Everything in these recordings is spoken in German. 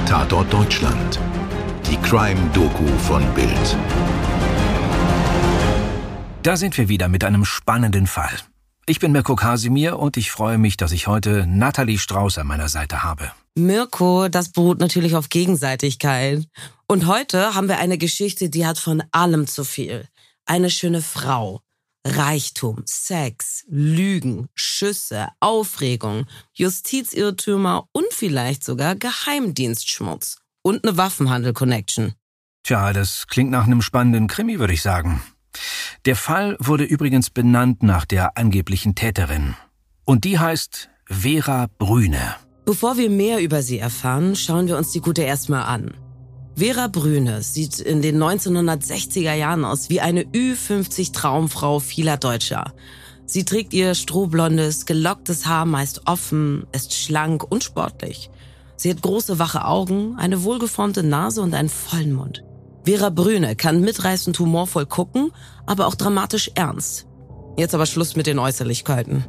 Tatort Deutschland. Die Crime-Doku von Bild. Da sind wir wieder mit einem spannenden Fall. Ich bin Mirko Kasimir und ich freue mich, dass ich heute Nathalie Strauß an meiner Seite habe. Mirko, das beruht natürlich auf Gegenseitigkeit. Und heute haben wir eine Geschichte, die hat von allem zu viel. Eine schöne Frau, Reichtum, Sex, Lügen, Schüsse, Aufregung, Justizirrtümer und vielleicht sogar Geheimdienstschmutz. Und eine Waffenhandel-Connection. Tja, das klingt nach einem spannenden Krimi, würde ich sagen. Der Fall wurde übrigens benannt nach der angeblichen Täterin. Und die heißt Vera Brühne. Bevor wir mehr über sie erfahren, schauen wir uns die Gute erstmal an. Vera Brühne sieht in den 1960er Jahren aus wie eine Ü50-Traumfrau vieler Deutscher. Sie trägt ihr strohblondes, gelocktes Haar meist offen, ist schlank und sportlich. Sie hat große, wache Augen, eine wohlgeformte Nase und einen vollen Mund. Vera Brühne kann mitreißend humorvoll gucken, aber auch dramatisch ernst. Jetzt aber Schluss mit den Äußerlichkeiten.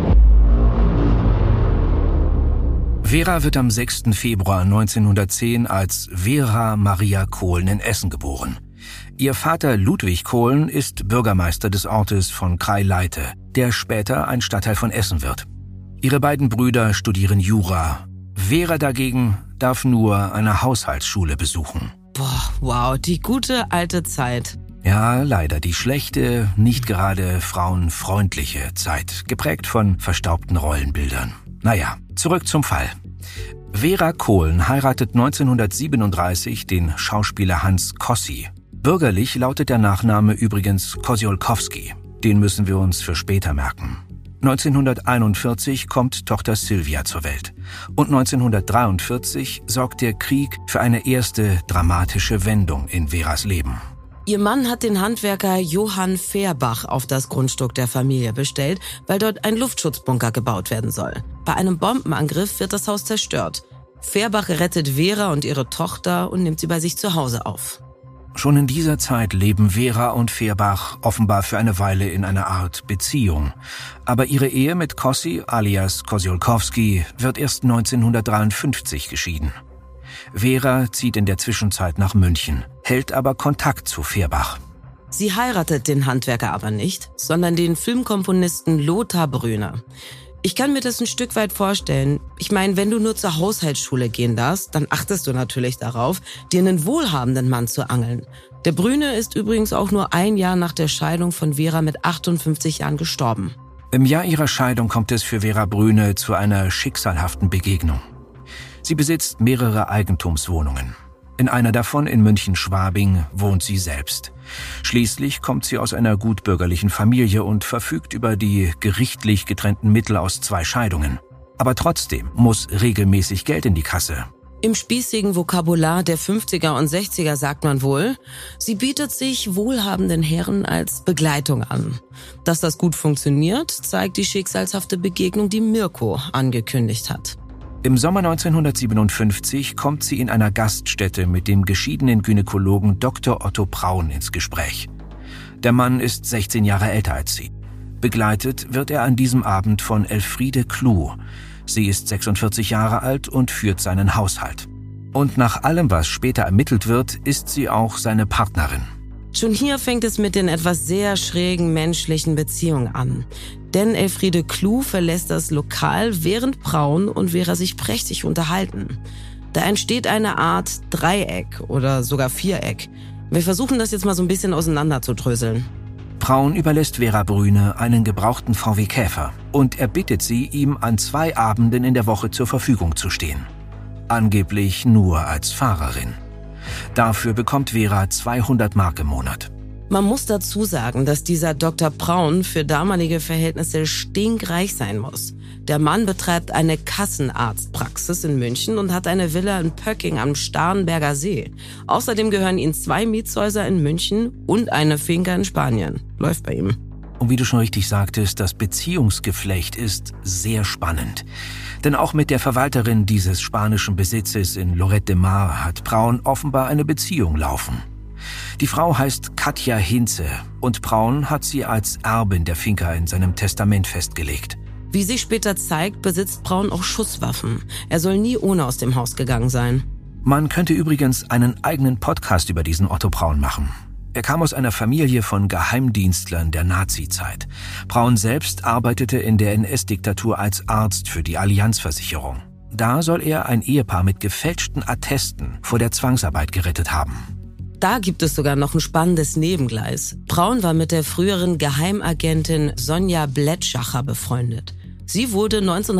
Vera wird am 6. Februar 1910 als Vera Maria Kohlen in Essen geboren. Ihr Vater Ludwig Kohlen ist Bürgermeister des Ortes von Krei-Leite, der später ein Stadtteil von Essen wird. Ihre beiden Brüder studieren Jura. Vera dagegen darf nur eine Haushaltsschule besuchen. Boah, wow, die gute alte Zeit. Ja, leider die schlechte, nicht gerade frauenfreundliche Zeit, geprägt von verstaubten Rollenbildern. Naja, zurück zum Fall. Vera Kohlen heiratet 1937 den Schauspieler Hans Kossi. Bürgerlich lautet der Nachname übrigens Kosiolkowski. Den müssen wir uns für später merken. 1941 kommt Tochter Silvia zur Welt. Und 1943 sorgt der Krieg für eine erste dramatische Wendung in Veras Leben. Ihr Mann hat den Handwerker Johann Fehrbach auf das Grundstück der Familie bestellt, weil dort ein Luftschutzbunker gebaut werden soll. Bei einem Bombenangriff wird das Haus zerstört. Fehrbach rettet Vera und ihre Tochter und nimmt sie bei sich zu Hause auf. Schon in dieser Zeit leben Vera und Fehrbach offenbar für eine Weile in einer Art Beziehung. Aber ihre Ehe mit Kossi alias Kosiolkowski wird erst 1953 geschieden. Vera zieht in der Zwischenzeit nach München, hält aber Kontakt zu Fehrbach. Sie heiratet den Handwerker aber nicht, sondern den Filmkomponisten Lothar Brühne. Ich kann mir das ein Stück weit vorstellen. Ich meine, wenn du nur zur Haushaltsschule gehen darfst, dann achtest du natürlich darauf, dir einen wohlhabenden Mann zu angeln. Der Brühne ist übrigens auch nur ein Jahr nach der Scheidung von Vera mit 58 Jahren gestorben. Im Jahr ihrer Scheidung kommt es für Vera Brühne zu einer schicksalhaften Begegnung. Sie besitzt mehrere Eigentumswohnungen. In einer davon in München-Schwabing wohnt sie selbst. Schließlich kommt sie aus einer gutbürgerlichen Familie und verfügt über die gerichtlich getrennten Mittel aus 2 Scheidungen. Aber trotzdem muss regelmäßig Geld in die Kasse. Im spießigen Vokabular der 50er und 60er sagt man wohl, sie bietet sich wohlhabenden Herren als Begleitung an. Dass das gut funktioniert, zeigt die schicksalshafte Begegnung, die Mirko angekündigt hat. Im Sommer 1957 kommt sie in einer Gaststätte mit dem geschiedenen Gynäkologen Dr. Otto Braun ins Gespräch. Der Mann ist 16 Jahre älter als sie. Begleitet wird er an diesem Abend von Elfriede Kluh. Sie ist 46 Jahre alt und führt seinen Haushalt. Und nach allem, was später ermittelt wird, ist sie auch seine Partnerin. Schon hier fängt es mit den etwas sehr schrägen menschlichen Beziehungen an. Denn Elfriede Kluh verlässt das Lokal, während Braun und Vera sich prächtig unterhalten. Da entsteht eine Art Dreieck oder sogar Viereck. Wir versuchen das jetzt mal so ein bisschen auseinanderzudröseln. Braun überlässt Vera Brühne einen gebrauchten VW Käfer und er bittet sie, ihm an 2 Abenden in der Woche zur Verfügung zu stehen. Angeblich nur als Fahrerin. Dafür bekommt Vera 200 Mark im Monat. Man muss dazu sagen, dass dieser Dr. Braun für damalige Verhältnisse stinkreich sein muss. Der Mann betreibt eine Kassenarztpraxis in München und hat eine Villa in Pöcking am Starnberger See. Außerdem gehören ihm 2 Mietshäuser in München und eine Finca in Spanien. Läuft bei ihm. Und wie du schon richtig sagtest, das Beziehungsgeflecht ist sehr spannend. Denn auch mit der Verwalterin dieses spanischen Besitzes in Lloret de Mar hat Braun offenbar eine Beziehung laufen. Die Frau heißt Katja Hinze und Braun hat sie als Erbin der Finca in seinem Testament festgelegt. Wie sich später zeigt, besitzt Braun auch Schusswaffen. Er soll nie ohne aus dem Haus gegangen sein. Man könnte übrigens einen eigenen Podcast über diesen Otto Braun machen. Er kam aus einer Familie von Geheimdienstlern der Nazi-Zeit. Braun selbst arbeitete in der NS-Diktatur als Arzt für die Allianz-Versicherung. Da soll er ein Ehepaar mit gefälschten Attesten vor der Zwangsarbeit gerettet haben. Da gibt es sogar noch ein spannendes Nebengleis. Braun war mit der früheren Geheimagentin Sonja Blätschacher befreundet. Sie wurde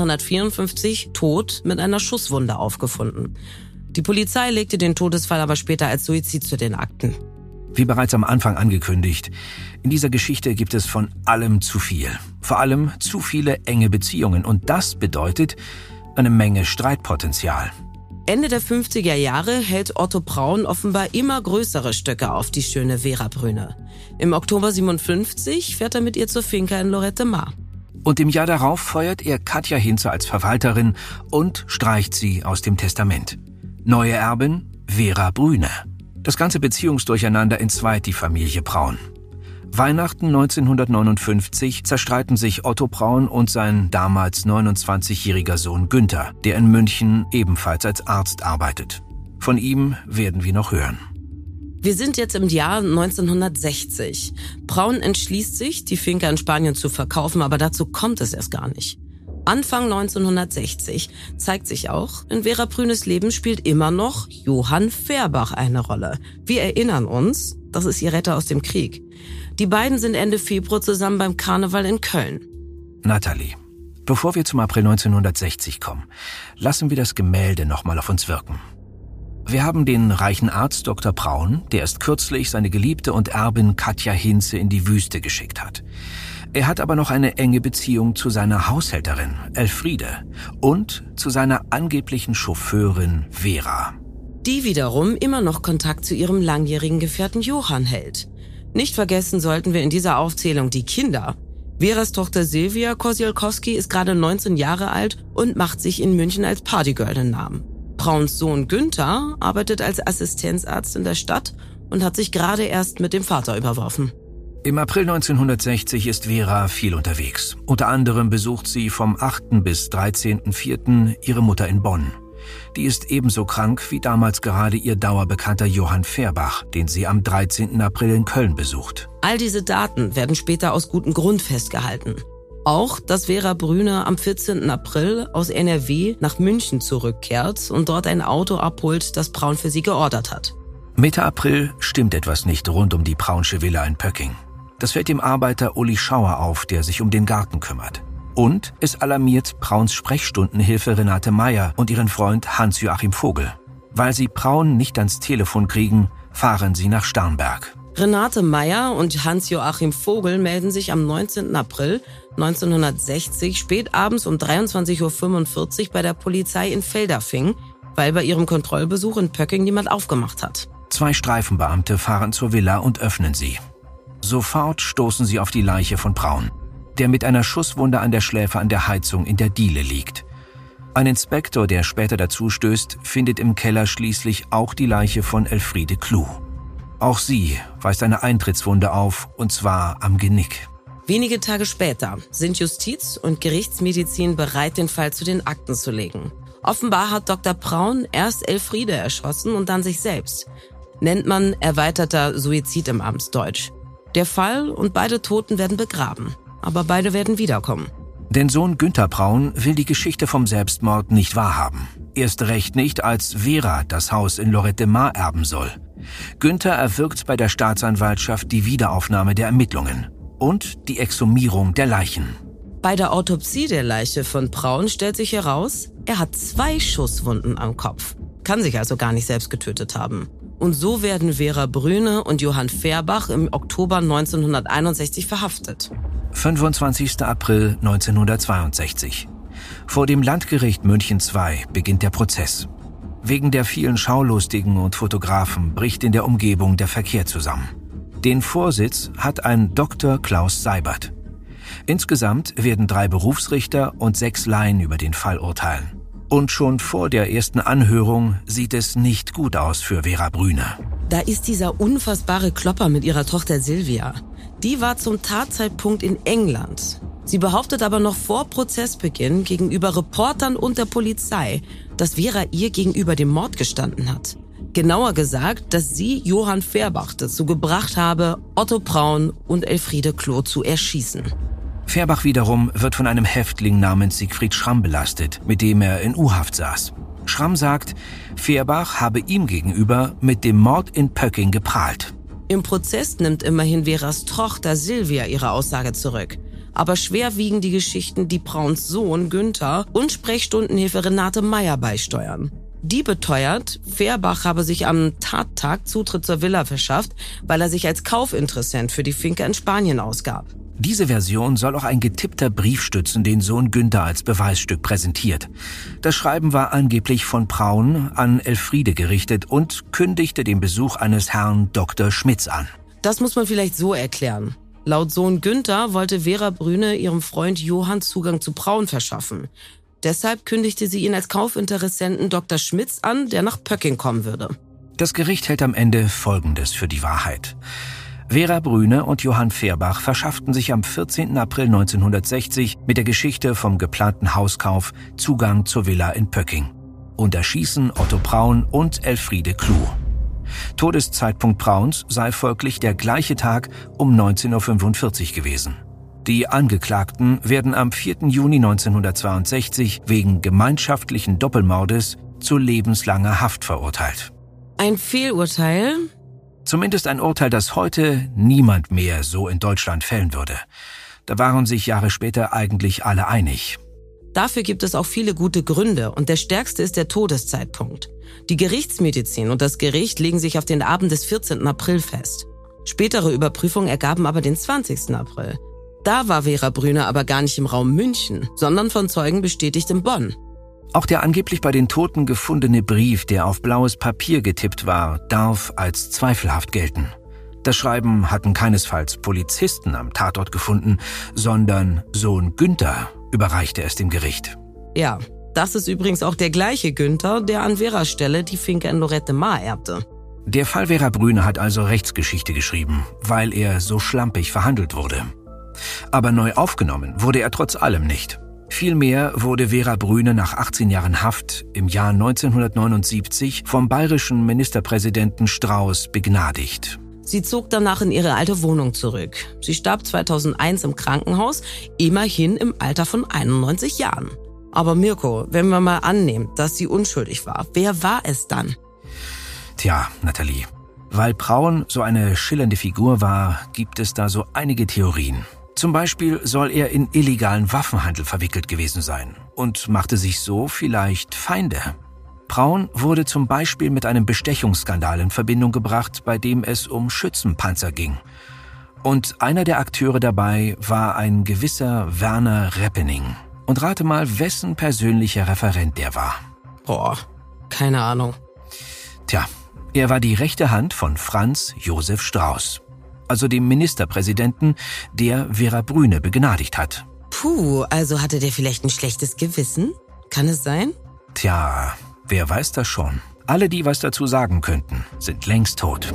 1954 tot mit einer Schusswunde aufgefunden. Die Polizei legte den Todesfall aber später als Suizid zu den Akten. Wie bereits am Anfang angekündigt, in dieser Geschichte gibt es von allem zu viel. Vor allem zu viele enge Beziehungen und das bedeutet eine Menge Streitpotenzial. Ende der 50er Jahre hält Otto Braun offenbar immer größere Stöcke auf die schöne Vera Brühne. Im Oktober 57 fährt er mit ihr zur Finca in Lorette Mar. Und im Jahr darauf feuert er Katja Hinze als Verwalterin und streicht sie aus dem Testament. Neue Erbin Vera Brühne. Das ganze Beziehungsdurcheinander entzweit die Familie Braun. Weihnachten 1959 zerstreiten sich Otto Braun und sein damals 29-jähriger Sohn Günther, der in München ebenfalls als Arzt arbeitet. Von ihm werden wir noch hören. Wir sind jetzt im Jahr 1960. Braun entschließt sich, die Finca in Spanien zu verkaufen, aber dazu kommt es erst gar nicht. Anfang 1960 zeigt sich auch, in Vera Brühnes Leben spielt immer noch Johann Fehrbach eine Rolle. Wir erinnern uns, das ist ihr Retter aus dem Krieg. Die beiden sind Ende Februar zusammen beim Karneval in Köln. Nathalie, bevor wir zum April 1960 kommen, lassen wir das Gemälde nochmal auf uns wirken. Wir haben den reichen Arzt Dr. Braun, der erst kürzlich seine Geliebte und Erbin Katja Hinze in die Wüste geschickt hat. Er hat aber noch eine enge Beziehung zu seiner Haushälterin Elfriede und zu seiner angeblichen Chauffeurin Vera. Die wiederum immer noch Kontakt zu ihrem langjährigen Gefährten Johann hält. Nicht vergessen sollten wir in dieser Aufzählung die Kinder. Veras Tochter Silvia Kosielkowski ist gerade 19 Jahre alt und macht sich in München als Partygirl den Namen. Brauns Sohn Günther arbeitet als Assistenzarzt in der Stadt und hat sich gerade erst mit dem Vater überworfen. Im April 1960 ist Vera viel unterwegs. Unter anderem besucht sie vom 8. bis 13.04. ihre Mutter in Bonn. Die ist ebenso krank wie damals gerade ihr Dauerbekannter Johann Fehrbach, den sie am 13. April in Köln besucht. All diese Daten werden später aus gutem Grund festgehalten. Auch, dass Vera Brühne am 14. April aus NRW nach München zurückkehrt und dort ein Auto abholt, das Braun für sie geordert hat. Mitte April stimmt etwas nicht rund um die Braunsche Villa in Pöcking. Das fällt dem Arbeiter Uli Schauer auf, der sich um den Garten kümmert. Und es alarmiert Brauns Sprechstundenhilfe Renate Meyer und ihren Freund Hans-Joachim Vogel. Weil sie Braun nicht ans Telefon kriegen, fahren sie nach Starnberg. Renate Meyer und Hans-Joachim Vogel melden sich am 19. April 1960 spät abends um 23.45 Uhr bei der Polizei in Feldafing, weil bei ihrem Kontrollbesuch in Pöcking niemand aufgemacht hat. 2 Streifenbeamte fahren zur Villa und öffnen sie. Sofort stoßen sie auf die Leiche von Braun, der mit einer Schusswunde an der Schläfe an der Heizung in der Diele liegt. Ein Inspektor, der später dazustößt, findet im Keller schließlich auch die Leiche von Elfriede Kluh. Auch sie weist eine Eintrittswunde auf, und zwar am Genick. Wenige Tage später sind Justiz und Gerichtsmedizin bereit, den Fall zu den Akten zu legen. Offenbar hat Dr. Braun erst Elfriede erschossen und dann sich selbst. Nennt man erweiterter Suizid im Amtsdeutsch. Der Fall und beide Toten werden begraben. Aber beide werden wiederkommen. Denn Sohn Günther Braun will die Geschichte vom Selbstmord nicht wahrhaben. Erst recht nicht, als Vera das Haus in Lorette Mar erben soll. Günther erwirkt bei der Staatsanwaltschaft die Wiederaufnahme der Ermittlungen und die Exhumierung der Leichen. Bei der Autopsie der Leiche von Braun stellt sich heraus, er hat 2 Schusswunden am Kopf. Kann sich also gar nicht selbst getötet haben. Und so werden Vera Brühne und Johann Fehrbach im Oktober 1961 verhaftet. 25. April 1962. Vor dem Landgericht München II beginnt der Prozess. Wegen der vielen Schaulustigen und Fotografen bricht in der Umgebung der Verkehr zusammen. Den Vorsitz hat ein Dr. Klaus Seibert. Insgesamt werden 3 Berufsrichter und 6 Laien über den Fall urteilen. Und schon vor der ersten Anhörung sieht es nicht gut aus für Vera Brühne. Da ist dieser unfassbare Klopper mit ihrer Tochter Silvia. Die war zum Tatzeitpunkt in England. Sie behauptet aber noch vor Prozessbeginn gegenüber Reportern und der Polizei, dass Vera ihr gegenüber dem Mord gestanden hat. Genauer gesagt, dass sie Johann Fehrbach dazu gebracht habe, Otto Braun und Elfriede Kloh zu erschießen. Fehrbach wiederum wird von einem Häftling namens Siegfried Schramm belastet, mit dem er in U-Haft saß. Schramm sagt, Fehrbach habe ihm gegenüber mit dem Mord in Pöcking geprahlt. Im Prozess nimmt immerhin Veras Tochter Silvia ihre Aussage zurück. Aber schwer wiegen die Geschichten, die Brauns Sohn Günther und Sprechstundenhilfe Renate Meyer beisteuern. Die beteuert, Fehrbach habe sich am Tattag Zutritt zur Villa verschafft, weil er sich als Kaufinteressent für die Finca in Spanien ausgab. Diese Version soll auch ein getippter Brief stützen, den Sohn Günther als Beweisstück präsentiert. Das Schreiben war angeblich von Braun an Elfriede gerichtet und kündigte den Besuch eines Herrn Dr. Schmitz an. Das muss man vielleicht so erklären. Laut Sohn Günther wollte Vera Brühne ihrem Freund Johann Zugang zu Braun verschaffen. Deshalb kündigte sie ihn als Kaufinteressenten Dr. Schmitz an, der nach Pöcking kommen würde. Das Gericht hält am Ende Folgendes für die Wahrheit. Vera Brühne und Johann Fehrbach verschafften sich am 14. April 1960 mit der Geschichte vom geplanten Hauskauf Zugang zur Villa in Pöcking und erschießen Otto Braun und Elfriede Kloh. Todeszeitpunkt Brauns sei folglich der gleiche Tag um 19:45 Uhr gewesen. Die Angeklagten werden am 4. Juni 1962 wegen gemeinschaftlichen Doppelmordes zu lebenslanger Haft verurteilt. Ein Fehlurteil? Zumindest ein Urteil, das heute niemand mehr so in Deutschland fällen würde. Da waren sich Jahre später eigentlich alle einig. Dafür gibt es auch viele gute Gründe und der stärkste ist der Todeszeitpunkt. Die Gerichtsmedizin und das Gericht legen sich auf den Abend des 14. April fest. Spätere Überprüfungen ergaben aber den 20. April. Da war Vera Brühne aber gar nicht im Raum München, sondern von Zeugen bestätigt in Bonn. Auch der angeblich bei den Toten gefundene Brief, der auf blaues Papier getippt war, darf als zweifelhaft gelten. Das Schreiben hatten keinesfalls Polizisten am Tatort gefunden, sondern Sohn Günther überreichte es dem Gericht. Ja, das ist übrigens auch der gleiche Günther, der an Veras Stelle die Finca in Lorette Mar erbte. Der Fall Vera Brühne hat also Rechtsgeschichte geschrieben, weil er so schlampig verhandelt wurde. Aber neu aufgenommen wurde er trotz allem nicht. Vielmehr wurde Vera Brühne nach 18 Jahren Haft im Jahr 1979 vom bayerischen Ministerpräsidenten Strauß begnadigt. Sie zog danach in ihre alte Wohnung zurück. Sie starb 2001 im Krankenhaus, immerhin im Alter von 91 Jahren. Aber Mirko, wenn wir mal annehmen, dass sie unschuldig war, wer war es dann? Tja, Nathalie, weil Braun so eine schillernde Figur war, gibt es da so einige Theorien. Zum Beispiel soll er in illegalen Waffenhandel verwickelt gewesen sein und machte sich so vielleicht Feinde. Braun wurde zum Beispiel mit einem Bestechungsskandal in Verbindung gebracht, bei dem es um Schützenpanzer ging. Und einer der Akteure dabei war ein gewisser Werner Reppening. Und rate mal, wessen persönlicher Referent der war. Boah, keine Ahnung. Tja, er war die rechte Hand von Franz Josef Strauß, also dem Ministerpräsidenten, der Vera Brühne begnadigt hat. Puh, also hatte der vielleicht ein schlechtes Gewissen? Kann es sein? Tja, wer weiß das schon? Alle, die was dazu sagen könnten, sind längst tot.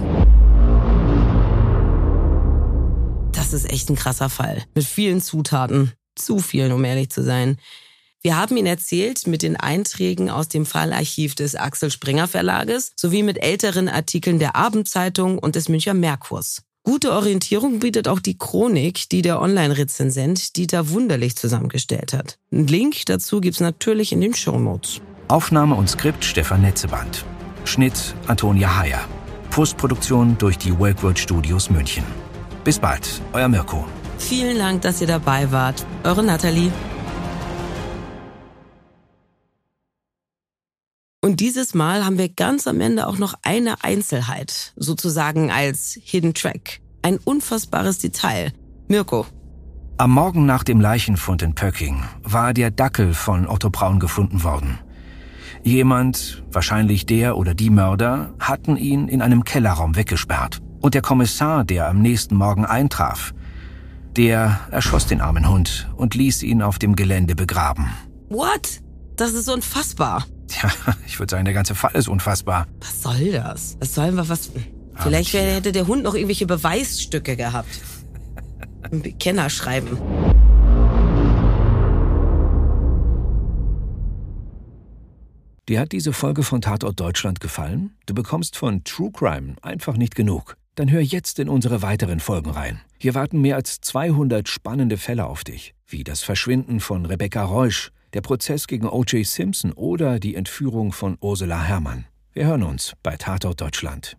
Das ist echt ein krasser Fall. Mit vielen Zutaten. Zu vielen, um ehrlich zu sein. Wir haben ihn erzählt mit den Einträgen aus dem Fallarchiv des Axel Springer Verlages sowie mit älteren Artikeln der Abendzeitung und des Münchner Merkurs. Gute Orientierung bietet auch die Chronik, die der Online-Rezensent Dieter Wunderlich zusammengestellt hat. Einen Link dazu gibt's natürlich in den Shownotes. Aufnahme und Skript Stefan Netzeband. Schnitt Antonia Heyer. Postproduktion durch die Wakeword Studios München. Bis bald, euer Mirko. Vielen Dank, dass ihr dabei wart. Eure Nathalie. Und dieses Mal haben wir ganz am Ende auch noch eine Einzelheit, sozusagen als Hidden Track. Ein unfassbares Detail. Mirko. Am Morgen nach dem Leichenfund in Pöcking war der Dackel von Otto Braun gefunden worden. Jemand, wahrscheinlich der oder die Mörder, hatten ihn in einem Kellerraum weggesperrt. Und der Kommissar, der am nächsten Morgen eintraf, der erschoss den armen Hund und ließ ihn auf dem Gelände begraben. What? Das ist unfassbar. Tja, ich würde sagen, der ganze Fall ist unfassbar. Was soll das? Was soll was? Vielleicht hätte der Hund noch irgendwelche Beweisstücke gehabt. Ein Bekennerschreiben. Dir hat diese Folge von Tatort Deutschland gefallen? Du bekommst von True Crime einfach nicht genug. Dann hör jetzt in unsere weiteren Folgen rein. Hier warten mehr als 200 spannende Fälle auf dich, wie das Verschwinden von Rebecca Reusch, der Prozess gegen O.J. Simpson oder die Entführung von Ursula Herrmann. Wir hören uns bei Tatort Deutschland.